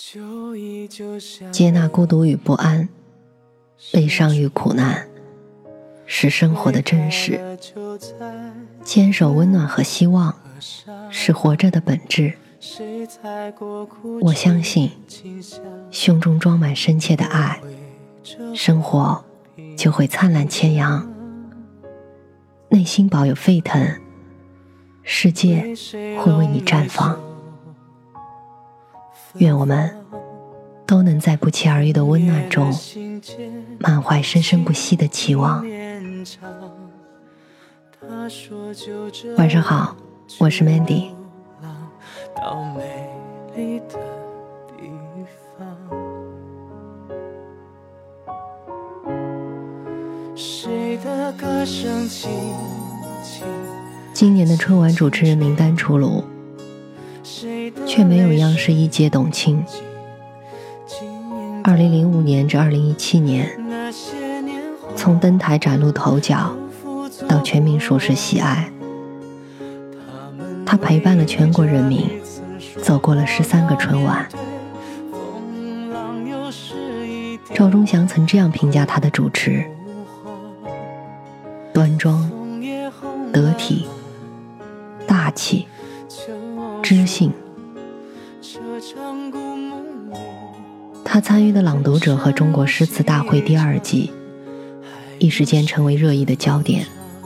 接纳孤独与不安，悲伤与苦难，是生活的真实。坚守温暖和希望，是活着的本质。我相信，胸中装满深切的爱，生活就会灿烂千阳；内心保有沸腾，世界会为你绽放。愿我们都能在不期而遇的温暖中，满怀生生不息的期望。晚上好，我是 Mandy。到美丽的地方，谁的歌声轻轻。今年的春晚主持人名单出炉，却没有央视一届董卿。2005年至2017年，从登台崭露头角到全民熟识喜爱，他陪伴了全国人民走过了13个春晚。赵忠祥曾这样评价他的主持：端庄、得体、大气、知性。他参与的《朗读者》和中国诗词大会第2季一时间成为热议的焦点。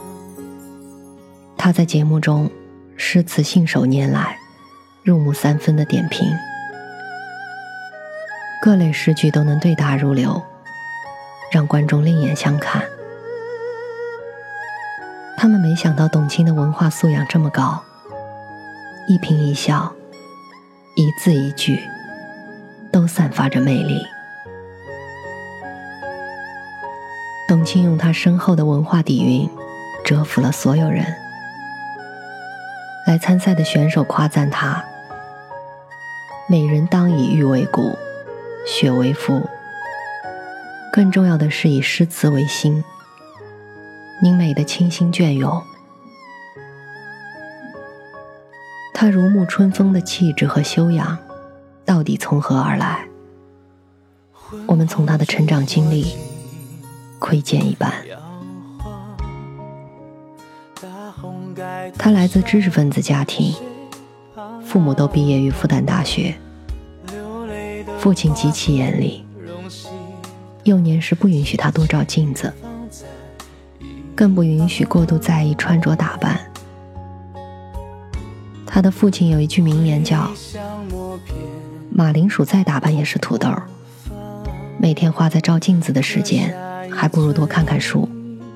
他在节目中诗词信手拈来，入木3分的点评，各类诗句都能对答如流，让观众另眼相看。他们没想到董卿的文化素养这么高，一颦一笑，一字一句都散发着魅力。董卿用她深厚的文化底蕴折服了所有人。来参赛的选手夸赞他：美人当以玉为骨，血为肤，更重要的是以诗词为心。您美得清新隽永。她如沐春风的气质和修养到底从何而来？我们从她的成长经历窥见一斑。他来自知识分子家庭，父母都毕业于复旦大学。父亲极其严厉，幼年时不允许他多照镜子，更不允许过度在意穿着打扮。他的父亲有一句名言叫：马铃薯再打扮也是土豆，每天花在照镜子的时间还不如多看看书。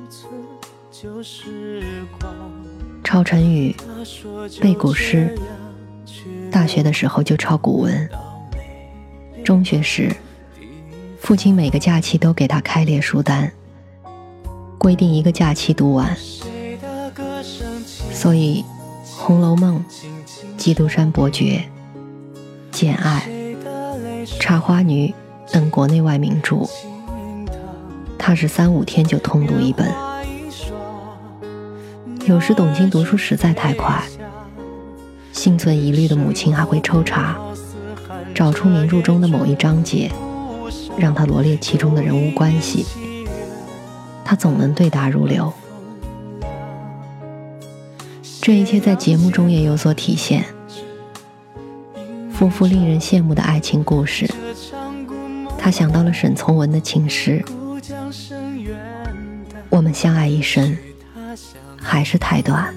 抄成语，背古诗，大学的时候就抄古文。中学时，父亲每个假期都给他开列书单，规定一个假期读完。所以《红楼梦》、《基督山伯爵》、《简爱》、《茶花女》等国内外名著，他是3-5天就通读一本。有时董卿读书实在太快，心存疑虑的母亲还会抽查，找出名著中的某一章节，让他罗列其中的人物关系。他总能对答如流。这一切在节目中也有所体现。夫妇令人羡慕的爱情故事，他想到了沈从文的情诗：我们相爱一生，还是太短。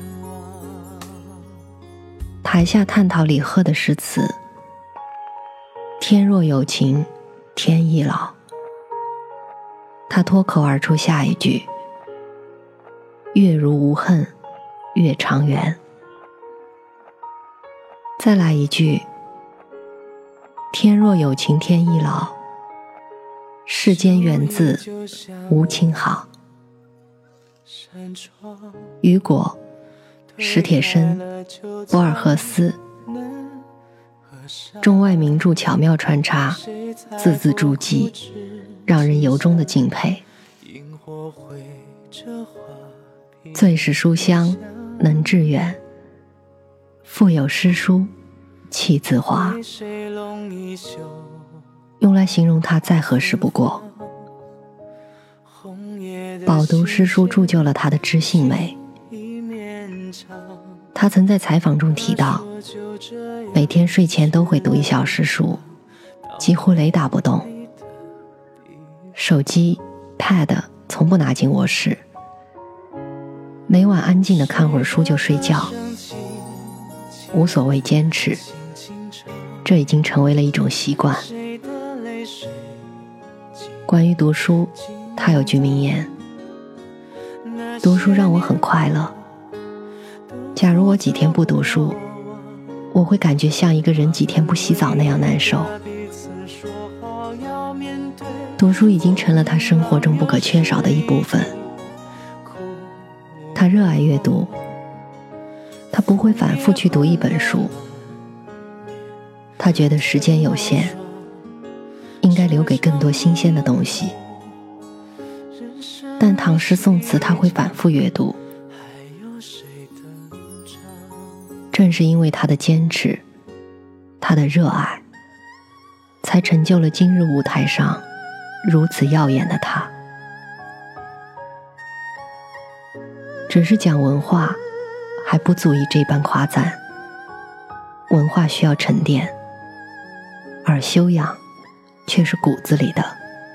台下探讨李贺的诗词：天若有情天亦老。他脱口而出下一句：月如无恨月长圆。再来一句：天若有情天亦老，世间缘自无情好。雨果、史铁生、博尔赫斯，中外名著巧妙穿插，字字珠玑，让人由衷的敬佩。最是书香能致远，腹有诗书气自华。 用来形容他再合适不过。饱读诗书铸就了他的知性美。他曾在采访中提到，每天睡前都会读1小时书，几乎雷打不动。手机 pad 从不拿进卧室，每晚安静地看会儿书就睡觉，无所谓坚持，这已经成为了一种习惯。关于读书，他有句名言：读书让我很快乐。假如我几天不读书，我会感觉像一个人几天不洗澡那样难受。读书已经成了他生活中不可缺少的一部分。他热爱阅读，他不会反复去读一本书。他觉得时间有限，应该留给更多新鲜的东西。但唐诗宋词他会反复阅读。正是因为他的坚持，他的热爱，才成就了今日舞台上如此耀眼的他。只是讲文化还不足以这般夸赞，文化需要沉淀，而修养却是骨子里的。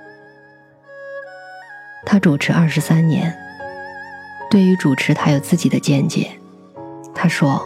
他主持23年，对于主持他有自己的见解。他说，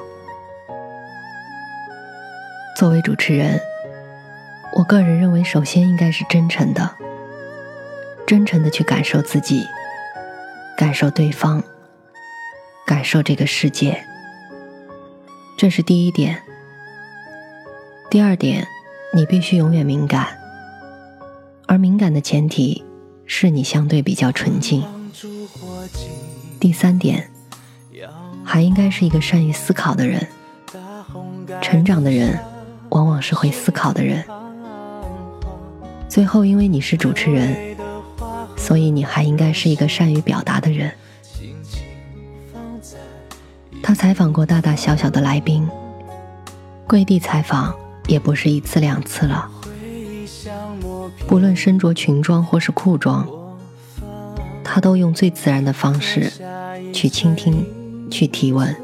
作为主持人，我个人认为首先应该是真诚的，真诚地去感受自己，感受对方，感受这个世界，这是第一点。第二点，你必须永远敏感，而敏感的前提是你相对比较纯净。第三点，还应该是一个善于思考的人。成长的人往往是会思考的人。最后，因为你是主持人，所以你还应该是一个善于表达的人。他采访过大大小小的来宾，跪地采访也不是1次2次了。不论身着裙装或是裤装，他都用最自然的方式去倾听，去提问。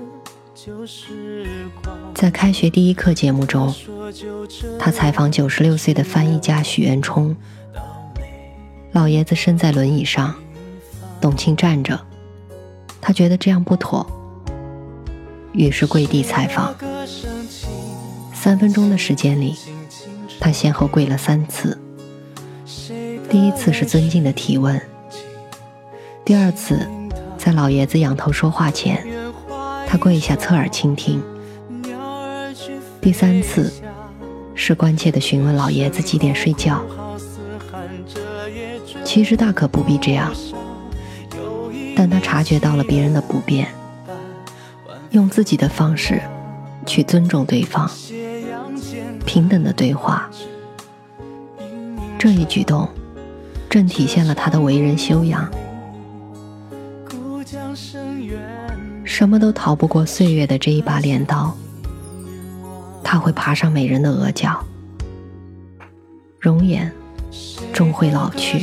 在开学第一课节目中，他采访96岁的翻译家许渊冲。老爷子身在轮椅上，董卿站着，他觉得这样不妥，于是跪地采访。3分钟的时间里，他先后跪了3次。第一次是尊敬的提问，第二次在老爷子仰头说话前，他跪下侧耳倾听。第3次是关切地询问老爷子几点睡觉。其实大可不必这样，但他察觉到了别人的不便，用自己的方式去尊重对方，平等的对话。这一举动正体现了他的为人修养。什么都逃不过岁月的这一把镰刀，他会爬上美人的额角，容颜终会老去，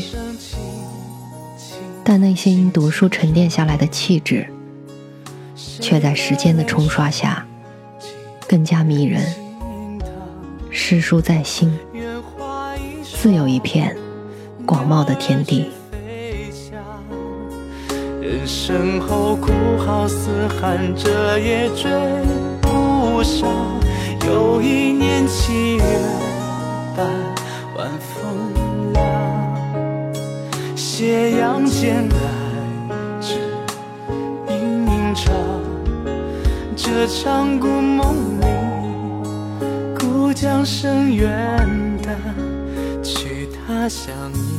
但那些因读书沉淀下来的气质，却在时间的冲刷下更加迷人。诗书在心，自有一片广袤的天地。 人生后哭号嘶喊着也追不上，又一年7月半，晚风凉，斜阳渐来至阴影长，这场故梦里，故将声远淡，去他乡。